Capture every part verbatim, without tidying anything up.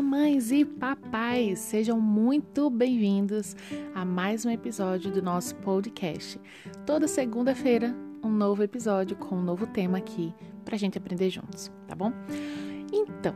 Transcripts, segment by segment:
mamães e papais, sejam muito bem-vindos a mais um episódio do nosso podcast. Toda segunda-feira, um novo episódio com um novo tema aqui pra gente aprender juntos, tá bom? Então,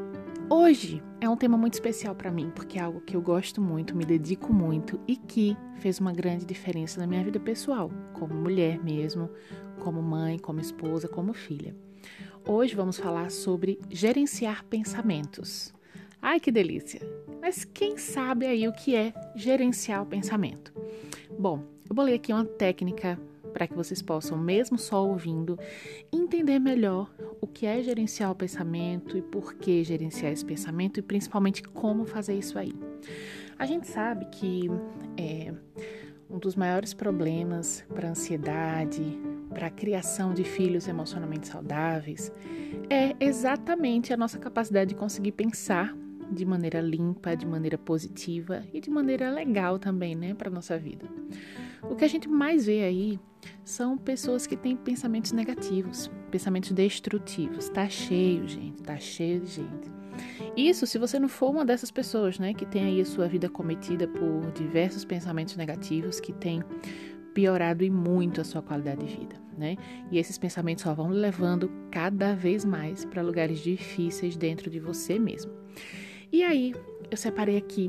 hoje é um tema muito especial pra mim, porque é algo que eu gosto muito, me dedico muito e que fez uma grande diferença na minha vida pessoal, como mulher mesmo, como mãe, como esposa, como filha. Hoje vamos falar sobre gerenciar pensamentos. Ai, que delícia! Mas quem sabe aí o que é gerenciar o pensamento? Bom, eu bolei aqui uma técnica para que vocês possam, mesmo só ouvindo, entender melhor o que é gerenciar o pensamento e por que gerenciar esse pensamento e principalmente como fazer isso aí. A gente sabe que é, um dos maiores problemas para a ansiedade, para a criação de filhos emocionalmente saudáveis, é exatamente a nossa capacidade de conseguir pensar de maneira limpa, de maneira positiva e de maneira legal também, né, para a nossa vida. O que a gente mais vê aí são pessoas que têm pensamentos negativos, pensamentos destrutivos. Tá cheio, gente, tá cheio de gente. Isso se você não for uma dessas pessoas, né, que tem aí a sua vida cometida por diversos pensamentos negativos que tem piorado e muito a sua qualidade de vida, né? E esses pensamentos só vão levando cada vez mais para lugares difíceis dentro de você mesmo. E aí, eu separei aqui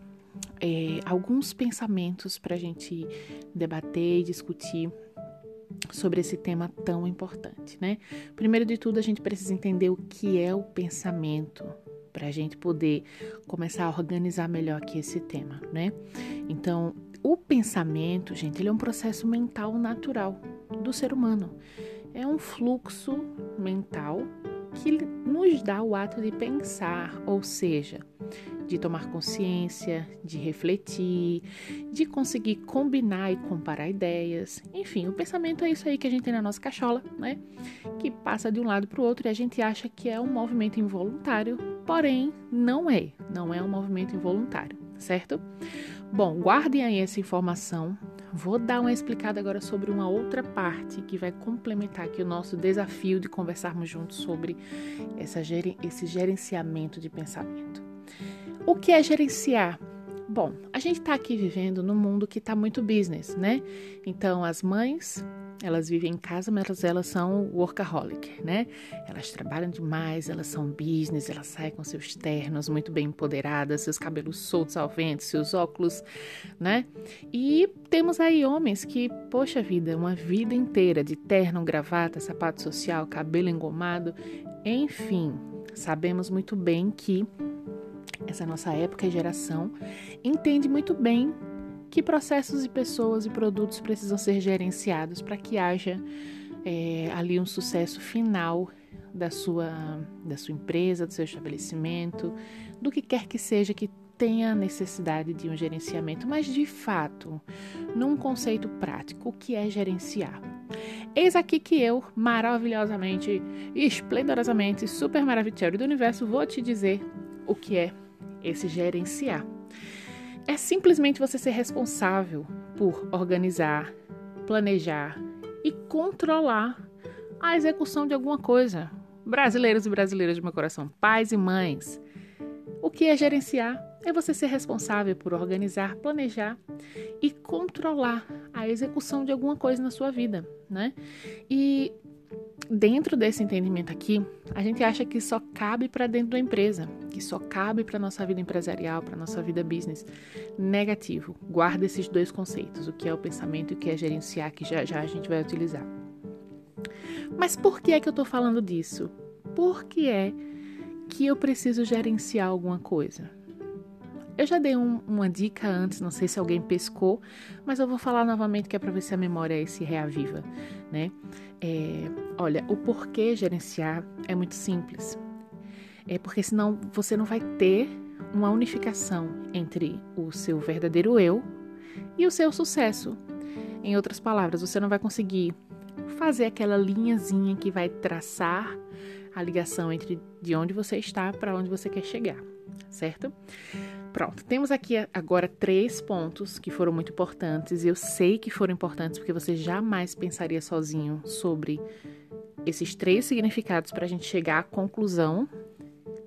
é, alguns pensamentos para a gente debater e discutir sobre esse tema tão importante, né? Primeiro de tudo, a gente precisa entender o que é o pensamento, para a gente poder começar a organizar melhor aqui esse tema, né? Então, o pensamento, gente, ele é um processo mental natural do ser humano. É um fluxo mental que nos dá o ato de pensar, ou seja, de tomar consciência, de refletir, de conseguir combinar e comparar ideias. Enfim, o pensamento é isso aí que a gente tem na nossa cachola, né? Que passa de um lado para o outro e a gente acha que é um movimento involuntário, porém não é, não é um movimento involuntário, certo? Bom, guardem aí essa informação. Vou dar uma explicada agora sobre uma outra parte que vai complementar aqui o nosso desafio de conversarmos juntos sobre essa, esse gerenciamento de pensamento. O que é gerenciar? Bom, a gente está aqui vivendo num mundo que está muito business, né? Então, as mães, elas vivem em casa, mas elas são workaholic, né? Elas trabalham demais, elas são business, elas saem com seus ternos muito bem empoderadas, seus cabelos soltos ao vento, seus óculos, né? E temos aí homens que, poxa vida, uma vida inteira de terno, gravata, sapato social, cabelo engomado, enfim, sabemos muito bem que essa nossa época e geração entende muito bem que processos e pessoas e produtos precisam ser gerenciados para que haja é, ali um sucesso final da sua, da sua empresa, do seu estabelecimento, do que quer que seja que tenha necessidade de um gerenciamento, mas de fato, num conceito prático, o que é gerenciar? Eis aqui que eu, maravilhosamente, esplendorosamente, super maravilhosa do universo, vou te dizer o que é esse gerenciar. É simplesmente você ser responsável por organizar, planejar e controlar a execução de alguma coisa. Brasileiros e brasileiras de meu coração, pais e mães. O que é gerenciar? É você ser responsável por organizar, planejar e controlar a execução de alguma coisa na sua vida, né? E dentro desse entendimento aqui, a gente acha que só cabe para dentro da empresa, que só cabe para nossa vida empresarial, para nossa vida business. Negativo. Guarda esses dois conceitos, o que é o pensamento e o que é gerenciar, que já já a gente vai utilizar. Mas por que é que eu estou falando disso? Por que é que eu preciso gerenciar alguma coisa? Eu já dei um, uma dica antes, não sei se alguém pescou, mas eu vou falar novamente que é para ver se a memória se reaviva, né? É, olha, o porquê gerenciar é muito simples. É porque senão você não vai ter uma unificação entre o seu verdadeiro eu e o seu sucesso. Em outras palavras, você não vai conseguir fazer aquela linhazinha que vai traçar a ligação entre de onde você está para onde você quer chegar, certo? Pronto, temos aqui agora três pontos que foram muito importantes e eu sei que foram importantes porque você jamais pensaria sozinho sobre esses três significados para a gente chegar à conclusão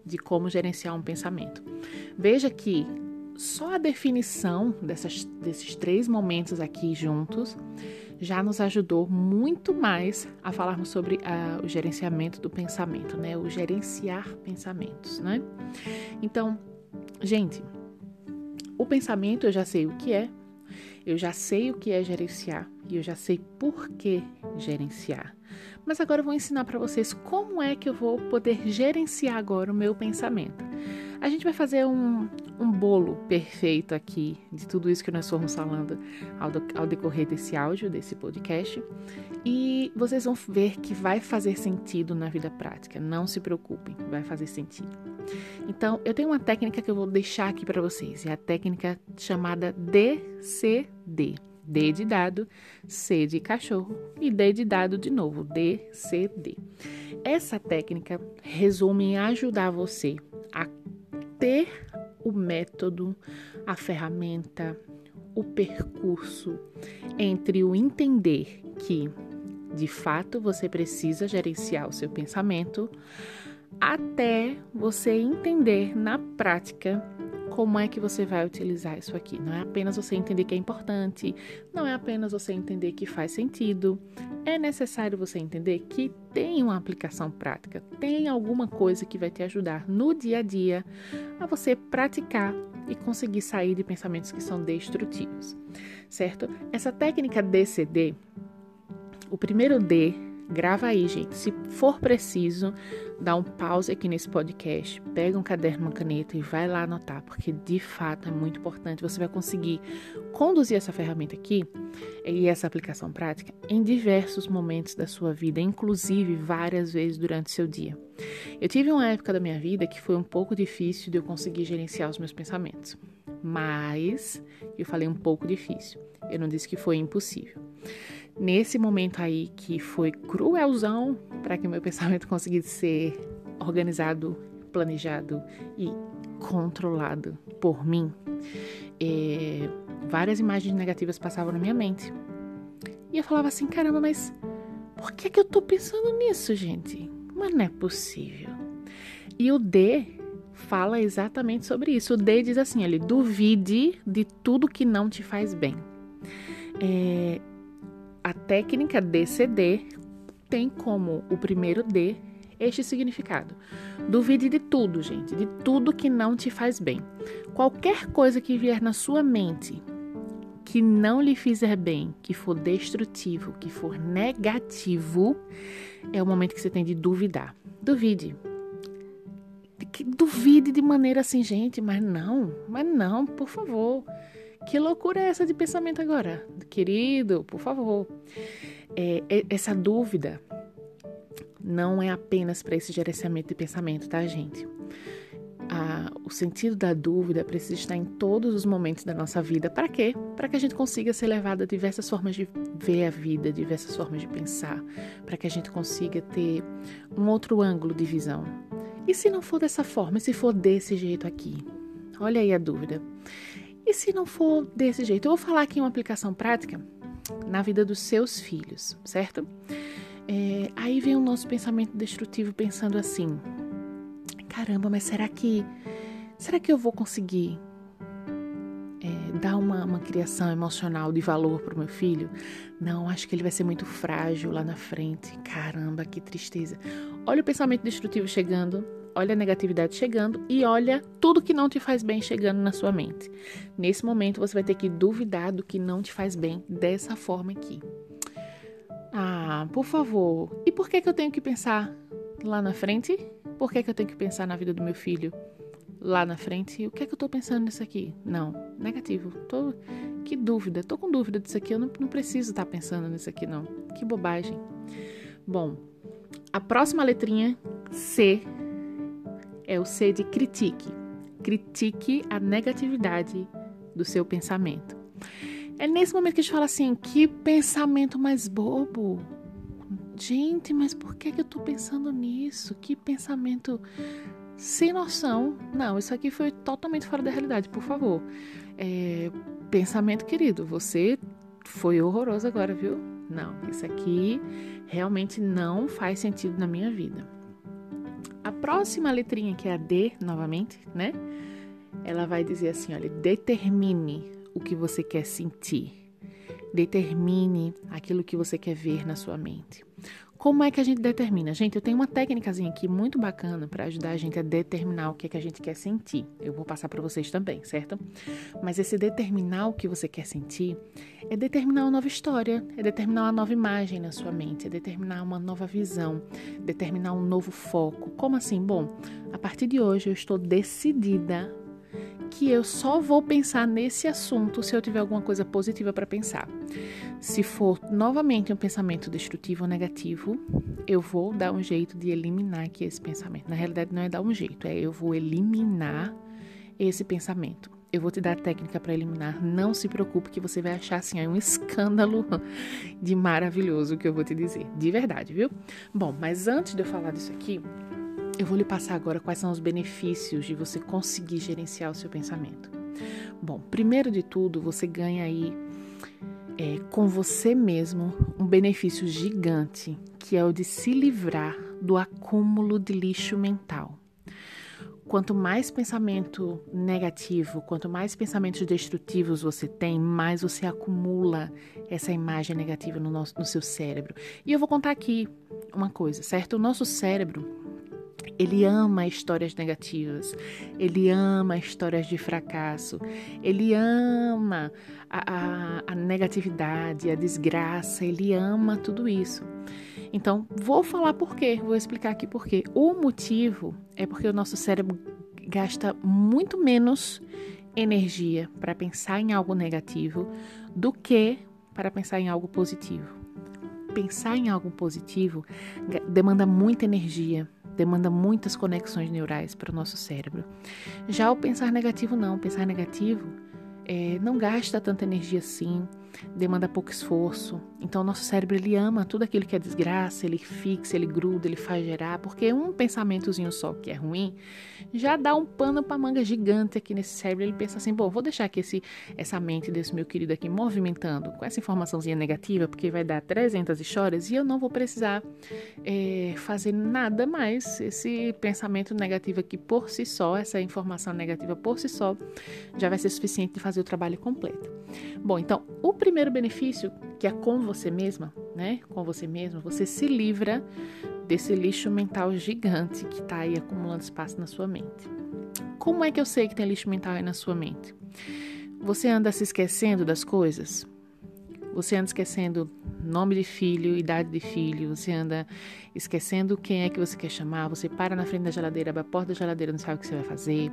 de como gerenciar um pensamento. Veja que só a definição dessas, desses três momentos aqui juntos já nos ajudou muito mais a falarmos sobre uh, o gerenciamento do pensamento, né? O gerenciar pensamentos, né? Então, gente, o pensamento eu já sei o que é, eu já sei o que é gerenciar e eu já sei por que gerenciar. Mas agora eu vou ensinar para vocês como é que eu vou poder gerenciar agora o meu pensamento. A gente vai fazer um, um bolo perfeito aqui de tudo isso que nós fomos falando ao, do, ao decorrer desse áudio, desse podcast. E vocês vão ver que vai fazer sentido na vida prática. Não se preocupem, vai fazer sentido. Então, eu tenho uma técnica que eu vou deixar aqui para vocês. É a técnica chamada D C D. D de dado, C de cachorro e D de dado de novo, D C D. Essa técnica resume em ajudar você a ter o método, a ferramenta, o percurso entre o entender que, de fato, você precisa gerenciar o seu pensamento, até você entender na prática como é que você vai utilizar isso aqui. Não é apenas você entender que é importante, não é apenas você entender que faz sentido, é necessário você entender que tem uma aplicação prática, tem alguma coisa que vai te ajudar no dia a dia a você praticar e conseguir sair de pensamentos que são destrutivos, certo? Essa técnica D C D, o primeiro D, grava aí, gente. Se for preciso, dá um pause aqui nesse podcast, pega um caderno, uma caneta e vai lá anotar, porque de fato é muito importante. Você vai conseguir conduzir essa ferramenta aqui e essa aplicação prática em diversos momentos da sua vida, inclusive várias vezes durante o seu dia. Eu tive uma época da minha vida que foi um pouco difícil de eu conseguir gerenciar os meus pensamentos, mas eu falei um pouco difícil, eu não disse que foi impossível. Nesse momento aí que foi cruelzão para que meu pensamento conseguisse ser organizado, planejado e controlado por mim, é, várias imagens negativas passavam na minha mente. E eu falava assim, caramba, mas por que que eu tô pensando nisso, gente? Mas não é possível. E o D fala exatamente sobre isso. O D diz assim, ele duvide de tudo que não te faz bem. É... A técnica D C D tem como o primeiro D este significado. Duvide de tudo, gente, de tudo que não te faz bem. Qualquer coisa que vier na sua mente que não lhe fizer bem, que for destrutivo, que for negativo, é o momento que você tem de duvidar. Duvide. Duvide de maneira assim, gente, mas não, mas não, por favor. Que loucura é essa de pensamento agora? Querido, por favor. É, essa dúvida não é apenas para esse gerenciamento de pensamento, tá, gente? Ah, o sentido da dúvida precisa estar em todos os momentos da nossa vida. Para quê? Para que a gente consiga ser levado a diversas formas de ver a vida, diversas formas de pensar, para que a gente consiga ter um outro ângulo de visão. E se não for dessa forma, e se for desse jeito aqui? Olha aí a dúvida. E se não for desse jeito? Eu vou falar aqui uma aplicação prática na vida dos seus filhos, certo? É, aí vem o nosso pensamento destrutivo pensando assim, caramba, mas será que, será que eu vou conseguir é, dar uma, uma criação emocional de valor para o meu filho? Não, acho que ele vai ser muito frágil lá na frente. Caramba, que tristeza. Olha o pensamento destrutivo chegando. Olha a negatividade chegando e olha tudo que não te faz bem chegando na sua mente. Nesse momento, você vai ter que duvidar do que não te faz bem dessa forma aqui. Ah, por favor. E por que que eu tenho que pensar lá na frente? Por que que eu tenho que pensar na vida do meu filho lá na frente? O que é que eu tô pensando nisso aqui? Não, negativo. Tô... Que dúvida. Tô com dúvida disso aqui. Eu não, não preciso estar pensando nisso aqui, não. Que bobagem. Bom, a próxima letrinha, C, é o C de critique. Critique a negatividade do seu pensamento. É nesse momento que a gente fala assim, que pensamento mais bobo. Gente, mas por que que eu tô pensando nisso? Que pensamento sem noção. Não, isso aqui foi totalmente fora da realidade, por favor. É, pensamento querido, você foi horroroso agora, viu? Não, isso aqui realmente não faz sentido na minha vida. a próxima letrinha, que é a D, novamente, né? Ela vai dizer assim, olha, determine o que você quer sentir. Determine aquilo que você quer ver na sua mente. Como é que a gente determina? Gente, eu tenho uma técnicazinha aqui muito bacana para ajudar a gente a determinar o que é que a gente quer sentir. Eu vou passar para vocês também, certo? Mas esse determinar o que você quer sentir é determinar uma nova história, é determinar uma nova imagem na sua mente, é determinar uma nova visão, determinar um novo foco. Como assim? Bom, a partir de hoje eu estou decidida que eu só vou pensar nesse assunto se eu tiver alguma coisa positiva para pensar. Se for novamente um pensamento destrutivo ou negativo, eu vou dar um jeito de eliminar aqui esse pensamento. Na realidade, não é dar um jeito, é eu vou eliminar esse pensamento. Eu vou te dar a técnica para eliminar. Não se preocupe que você vai achar assim um escândalo de maravilhoso que eu vou te dizer. De verdade, viu? Bom, mas antes de eu falar disso aqui, eu vou lhe passar agora quais são os benefícios de você conseguir gerenciar o seu pensamento. Bom, primeiro de tudo, você ganha aí é, com você mesmo um benefício gigante, que é o de se livrar do acúmulo de lixo mental. Quanto mais pensamento negativo, quanto mais pensamentos destrutivos você tem, mais você acumula essa imagem negativa no, nosso, no seu cérebro. E eu vou contar aqui uma coisa, certo? O nosso cérebro, ele ama histórias negativas, ele ama histórias de fracasso, ele ama a, a, a negatividade, a desgraça, ele ama tudo isso. Então, vou falar por quê, vou explicar aqui por quê. O motivo é porque o nosso cérebro gasta muito menos energia para pensar em algo negativo do que para pensar em algo positivo. Pensar em algo positivo demanda muita energia, demanda muitas conexões neurais para o nosso cérebro. Já o pensar negativo não, o pensar negativo é, não gasta tanta energia assim, demanda pouco esforço. Então o nosso cérebro ele ama tudo aquilo que é desgraça, ele fixa, ele gruda, ele faz gerar, porque um pensamentozinho só que é ruim já dá um pano para manga gigante aqui nesse cérebro. Ele pensa assim, bom, vou deixar aqui esse, essa mente desse meu querido aqui movimentando com essa informaçãozinha negativa, porque vai dar trezentas histórias e eu não vou precisar é, fazer nada mais. Esse pensamento negativo aqui por si só, essa informação negativa por si só, já vai ser suficiente de fazer o trabalho completo. Bom, então, o primeiro benefício, que é com você mesma, né? Com você mesma, você se livra desse lixo mental gigante que está aí acumulando espaço na sua mente. Como é que eu sei que tem lixo mental aí na sua mente? Você anda se esquecendo das coisas? Você anda esquecendo nome de filho, idade de filho, você anda esquecendo quem é que você quer chamar, você para na frente da geladeira, abre a porta da geladeira, não sabe o que você vai fazer,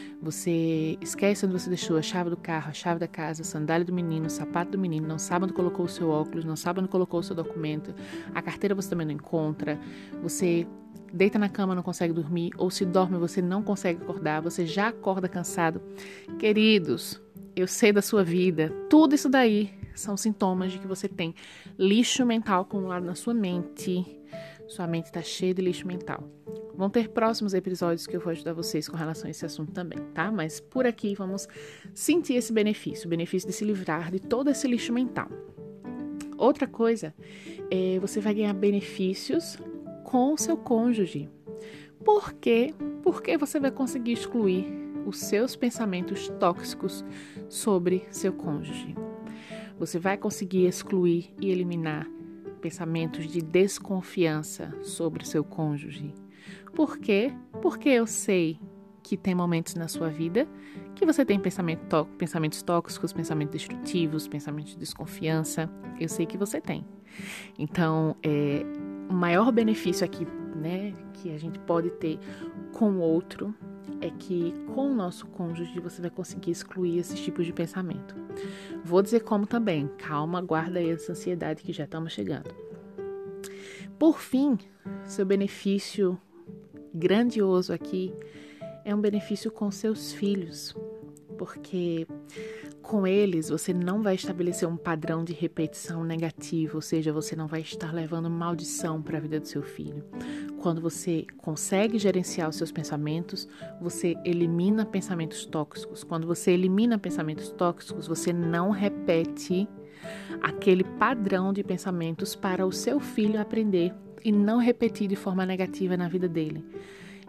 você esquece onde você deixou a chave do carro, a chave da casa, a sandália do menino, o sapato do menino, não sabe onde colocou o seu óculos, não sabe onde colocou o seu documento, a carteira você também não encontra, você deita na cama, não consegue dormir, ou se dorme você não consegue acordar, você já acorda cansado. Queridos, eu sei da sua vida, tudo isso daí são sintomas de que você tem lixo mental acumulado na sua mente. Sua mente está cheia de lixo mental. Vão ter próximos episódios que eu vou ajudar vocês com relação a esse assunto também, tá? Mas por aqui vamos sentir esse benefício, o benefício de se livrar de todo esse lixo mental. Outra coisa, é, você vai ganhar benefícios com o seu cônjuge. Por quê? Porque você vai conseguir excluir os seus pensamentos tóxicos sobre seu cônjuge. Você vai conseguir excluir e eliminar pensamentos de desconfiança sobre o seu cônjuge. Por quê? Porque eu sei que tem momentos na sua vida que você tem pensamento tó- pensamentos tóxicos, pensamentos destrutivos, pensamentos de desconfiança. Eu sei que você tem. Então, é, o maior benefício aqui, né, que a gente pode ter com o outro é que com o nosso cônjuge você vai conseguir excluir esses tipos de pensamento. Vou dizer como também. Calma, guarda aí essa ansiedade que já estamos chegando. Por fim, seu benefício grandioso aqui é um benefício com seus filhos, porque com eles você não vai estabelecer um padrão de repetição negativo, ou seja, você não vai estar levando maldição para a vida do seu filho. Quando você consegue gerenciar os seus pensamentos, você elimina pensamentos tóxicos. Quando você elimina pensamentos tóxicos, você não repete aquele padrão de pensamentos para o seu filho aprender e não repetir de forma negativa na vida dele.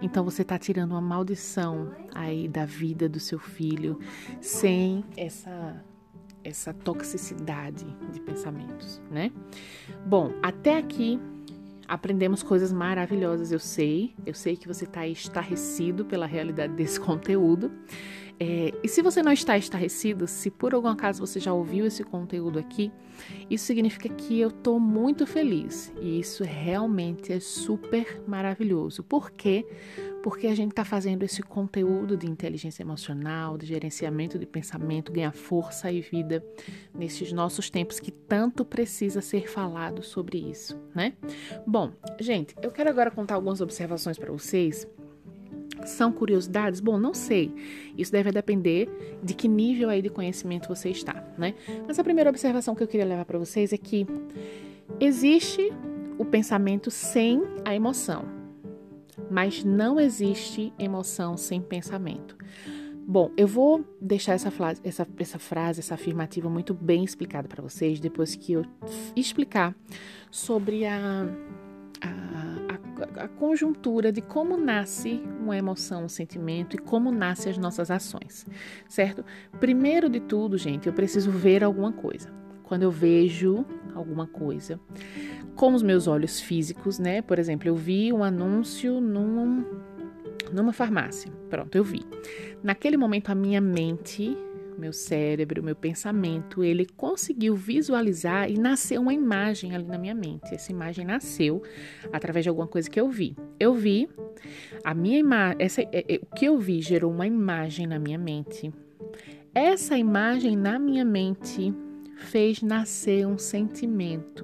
Então você está tirando uma maldição aí da vida do seu filho sem essa, essa toxicidade de pensamentos, né? Bom, até aqui aprendemos coisas maravilhosas, eu sei. Eu sei que você está estarrecido pela realidade desse conteúdo. É, e se você não está estarrecido, se por algum acaso você já ouviu esse conteúdo aqui, isso significa que eu estou muito feliz. E isso realmente é super maravilhoso. Por quê? Porque a gente está fazendo esse conteúdo de inteligência emocional, de gerenciamento de pensamento, ganhar força e vida nesses nossos tempos que tanto precisa ser falado sobre isso, né? Bom, gente, eu quero agora contar algumas observações para vocês. São curiosidades? Bom, não sei. Isso deve depender de que nível aí de conhecimento você está, né? Mas a primeira observação que eu queria levar para vocês é que existe o pensamento sem a emoção, mas não existe emoção sem pensamento. Bom, eu vou deixar essa frase, essa, essa frase, essa afirmativa muito bem explicada para vocês depois que eu explicar sobre a... a a conjuntura de como nasce uma emoção, um sentimento e como nascem as nossas ações, certo? Primeiro de tudo, gente, eu preciso ver alguma coisa. Quando eu vejo alguma coisa, com os meus olhos físicos, né? Por exemplo, eu vi um anúncio num, numa farmácia. Pronto, eu vi. Naquele momento, a minha mente, meu cérebro, meu pensamento, ele conseguiu visualizar e nasceu uma imagem ali na minha mente. Essa imagem nasceu através de alguma coisa que eu vi. Eu vi, a minha imagem, essa, é, é, o que eu vi gerou uma imagem na minha mente. Essa imagem na minha mente fez nascer um sentimento.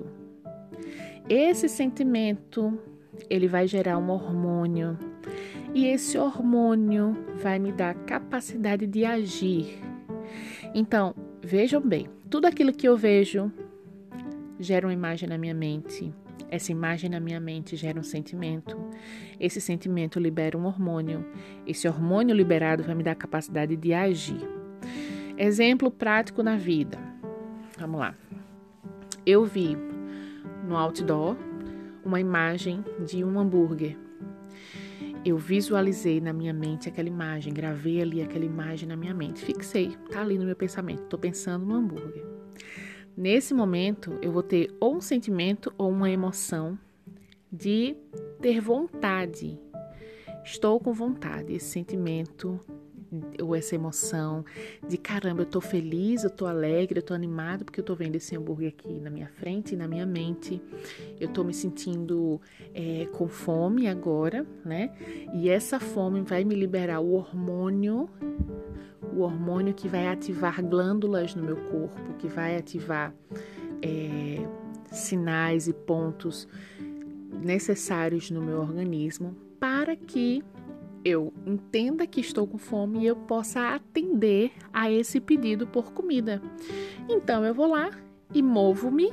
Esse sentimento, ele vai gerar um hormônio. E esse hormônio vai me dar capacidade de agir. Então, vejam bem, tudo aquilo que eu vejo gera uma imagem na minha mente. Essa imagem na minha mente gera um sentimento. Esse sentimento libera um hormônio. Esse hormônio liberado vai me dar a capacidade de agir. Exemplo prático na vida. Vamos lá. Eu vi no outdoor uma imagem de um hambúrguer. Eu visualizei na minha mente aquela imagem, gravei ali aquela imagem na minha mente, fixei, tá ali no meu pensamento, tô pensando no hambúrguer. Nesse momento, eu vou ter ou um sentimento ou uma emoção de ter vontade. Estou com vontade, esse sentimento ou essa emoção de caramba, eu tô feliz, eu tô alegre, eu tô animado porque eu tô vendo esse hambúrguer aqui na minha frente e na minha mente. Eu tô me sentindo é, com fome agora, né? E essa fome vai me liberar o hormônio, o hormônio que vai ativar glândulas no meu corpo, que vai ativar é, sinais e pontos necessários no meu organismo para que eu entenda que estou com fome e eu possa atender a esse pedido por comida. Então, eu vou lá e movo-me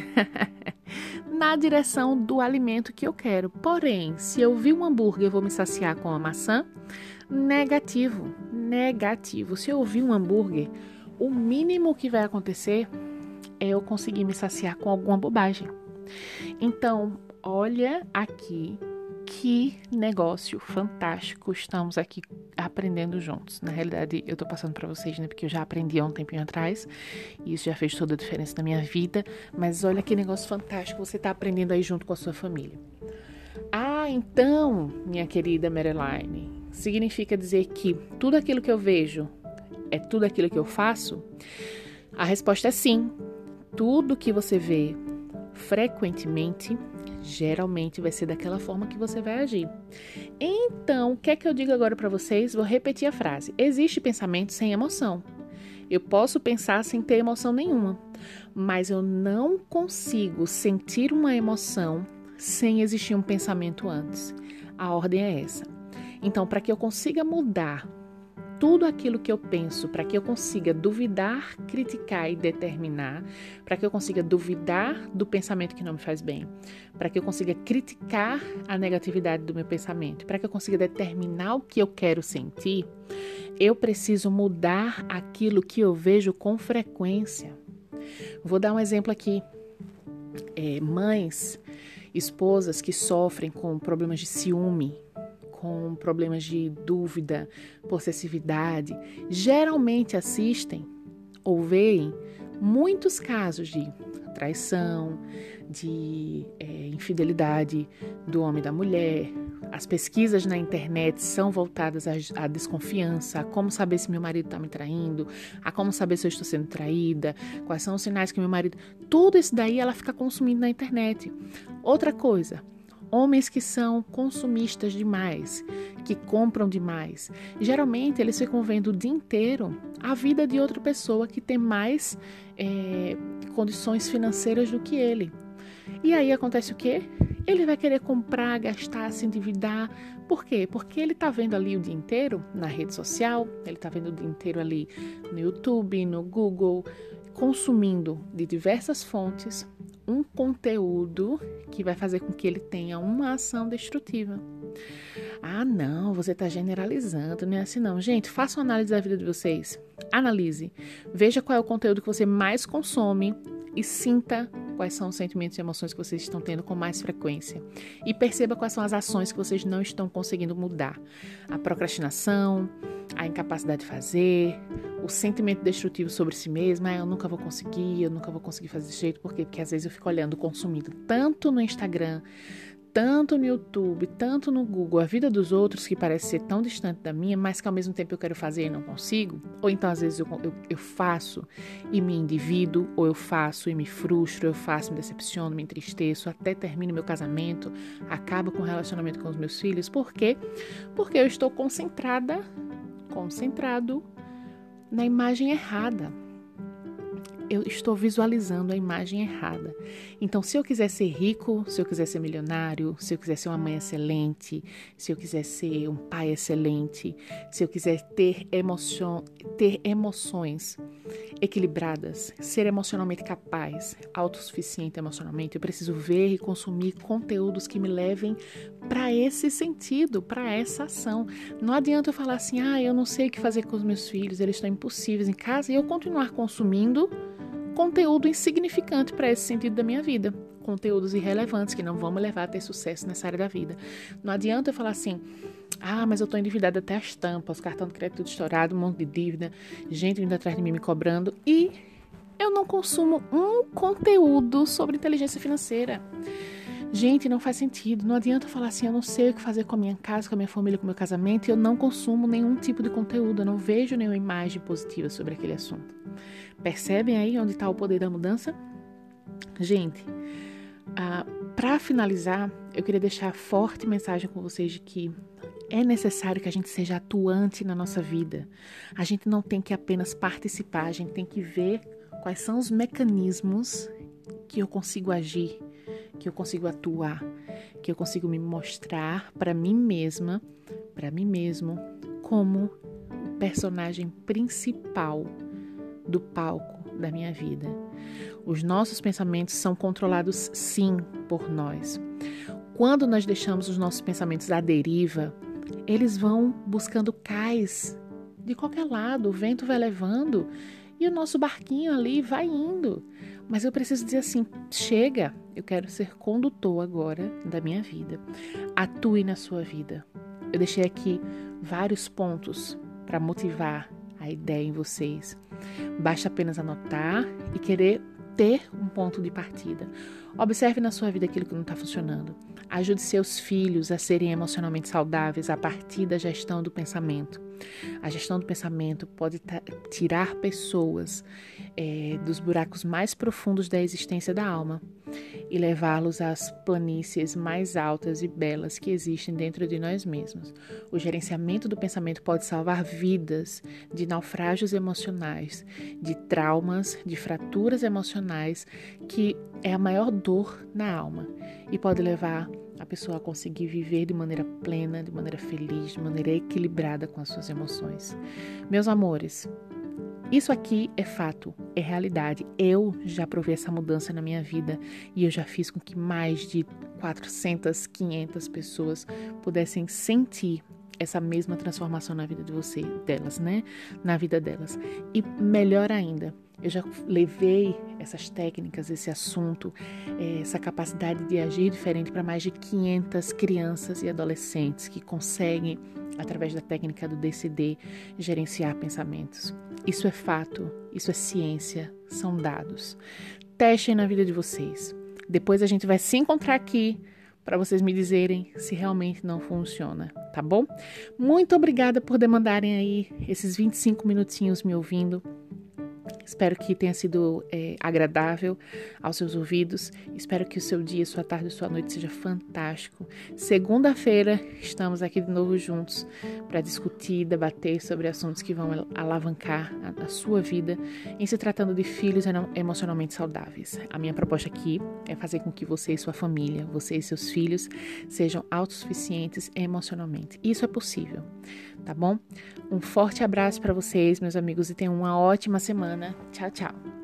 na direção do alimento que eu quero. Porém, se eu vi um hambúrguer, eu vou me saciar com a maçã? Negativo, negativo. Se eu vi um hambúrguer, o mínimo que vai acontecer é eu conseguir me saciar com alguma bobagem. Então, olha aqui que negócio fantástico estamos aqui aprendendo juntos. Na realidade, eu tô passando para vocês, né? Porque eu já aprendi há um tempinho atrás e isso já fez toda a diferença na minha vida. Mas olha que negócio fantástico você tá aprendendo aí junto com a sua família. Ah, então, minha querida Maryline, significa dizer que tudo aquilo que eu vejo é tudo aquilo que eu faço? A resposta é sim. Tudo que você vê frequentemente, geralmente vai ser daquela forma que você vai agir. Então, o que é que eu digo agora para vocês? Vou repetir a frase. Existe pensamento sem emoção. Eu posso pensar sem ter emoção nenhuma, mas eu não consigo sentir uma emoção sem existir um pensamento antes. A ordem é essa. Então, para que eu consiga mudar tudo aquilo que eu penso, para que eu consiga duvidar, criticar e determinar, para que eu consiga duvidar do pensamento que não me faz bem, para que eu consiga criticar a negatividade do meu pensamento, para que eu consiga determinar o que eu quero sentir, eu preciso mudar aquilo que eu vejo com frequência. Vou dar um exemplo aqui. É, mães, esposas que sofrem com problemas de ciúme, com problemas de dúvida, possessividade, geralmente assistem ou veem muitos casos de traição, de é, infidelidade do homem e da mulher. As pesquisas na internet são voltadas à, à desconfiança, a como saber se meu marido está me traindo, a como saber se eu estou sendo traída, quais são os sinais que meu marido... Tudo isso daí ela fica consumindo na internet. Outra coisa, homens que são consumistas demais, que compram demais. Geralmente eles ficam vendo o dia inteiro a vida de outra pessoa que tem mais é, condições financeiras do que ele. E aí acontece o quê? Ele vai querer comprar, gastar, se endividar. Por quê? Porque ele está vendo ali o dia inteiro na rede social, ele está vendo o dia inteiro ali no YouTube, no Google, consumindo de diversas fontes um conteúdo que vai fazer com que ele tenha uma ação destrutiva. Ah, não, você está generalizando, não é assim não. Gente, faça uma análise da vida de vocês. Analise. Veja qual é o conteúdo que você mais consome e sinta quais são os sentimentos e emoções que vocês estão tendo com mais frequência. E perceba quais são as ações que vocês não estão conseguindo mudar. A procrastinação, a incapacidade de fazer, o sentimento destrutivo sobre si mesma. Ah, eu nunca vou conseguir, eu nunca vou conseguir fazer desse jeito. Por quê? Porque às vezes eu fico olhando, consumindo tanto no Instagram, tanto no YouTube, tanto no Google, a vida dos outros que parece ser tão distante da minha, mas que ao mesmo tempo eu quero fazer e não consigo. Ou então às vezes eu, eu, eu faço e me endivido, ou eu faço e me frustro, eu faço e me decepciono, me entristeço, até termino meu casamento, acabo com o relacionamento com os meus filhos. Por quê? Porque eu estou concentrada, concentrado na imagem errada. Eu estou visualizando a imagem errada. Então, se eu quiser ser rico, se eu quiser ser milionário, se eu quiser ser uma mãe excelente, se eu quiser ser um pai excelente, se eu quiser ter, emocion, ter emoções equilibradas, ser emocionalmente capaz, autossuficiente emocionalmente, eu preciso ver e consumir conteúdos que me levem para esse sentido, para essa ação. Não adianta eu falar assim, ah, eu não sei o que fazer com os meus filhos, eles estão impossíveis em casa, e eu continuar consumindo conteúdo insignificante para esse sentido da minha vida. Conteúdos irrelevantes que não vão me levar a ter sucesso nessa área da vida. Não adianta eu falar assim, ah, mas eu estou endividada até as tampas, cartão de crédito tudo estourado, um monte de dívida, gente vindo atrás de mim me cobrando, e eu não consumo um conteúdo sobre inteligência financeira. Gente, não faz sentido. Não adianta eu falar assim, eu não sei o que fazer com a minha casa, com a minha família, com o meu casamento, e eu não consumo nenhum tipo de conteúdo, eu não vejo nenhuma imagem positiva sobre aquele assunto. Percebem aí onde está o poder da mudança? Gente, ah, para finalizar, eu queria deixar a forte mensagem com vocês de que é necessário que a gente seja atuante na nossa vida. A gente não tem que apenas participar, a gente tem que ver quais são os mecanismos que eu consigo agir, que eu consigo atuar, que eu consigo me mostrar para mim mesma, para mim mesmo, como o personagem principal do palco da minha vida. Os nossos pensamentos são controlados, sim, por nós. Quando nós deixamos os nossos pensamentos à deriva, eles vão buscando cais de qualquer lado, o vento vai levando e o nosso barquinho ali vai indo. Mas eu preciso dizer assim, chega, eu quero ser condutor agora da minha vida. Atue na sua vida. Eu deixei aqui vários pontos para motivar a ideia em vocês. Basta apenas anotar e querer ter um ponto de partida. Observe na sua vida aquilo que não está funcionando. Ajude seus filhos a serem emocionalmente saudáveis a partir da gestão do pensamento. A gestão do pensamento pode tirar pessoas é, dos buracos mais profundos da existência da alma e levá-los às planícies mais altas e belas que existem dentro de nós mesmos. O gerenciamento do pensamento pode salvar vidas de naufrágios emocionais, de traumas, de fraturas emocionais, que é a maior dor na alma, e pode levar a pessoa a conseguir viver de maneira plena, de maneira feliz, de maneira equilibrada com as suas emoções. Meus amores, isso aqui é fato, é realidade. Eu já provei essa mudança na minha vida e eu já fiz com que mais de quatrocentas, quinhentas pessoas pudessem sentir essa mesma transformação na vida de você, delas, né? Na vida delas. E melhor ainda, Eu já levei essas técnicas, esse assunto, essa capacidade de agir diferente para mais de quinhentas crianças e adolescentes que conseguem, através da técnica do D C D, gerenciar pensamentos. Isso é fato, isso é ciência, são dados. Testem na vida de vocês. Depois a gente vai se encontrar aqui para vocês me dizerem se realmente não funciona, tá bom? Muito obrigada por demandarem aí esses vinte e cinco minutinhos me ouvindo. Espero que tenha sido é, agradável aos seus ouvidos. Espero que o seu dia, sua tarde, sua noite seja fantástico. Segunda-feira estamos aqui de novo juntos para discutir, debater sobre assuntos que vão alavancar a, a sua vida em se tratando de filhos emocionalmente saudáveis. A minha proposta aqui é fazer com que você e sua família, você e seus filhos, sejam autossuficientes emocionalmente. Isso é possível, tá bom? Um forte abraço para vocês, meus amigos, e tenham uma ótima semana. Tchau, tchau.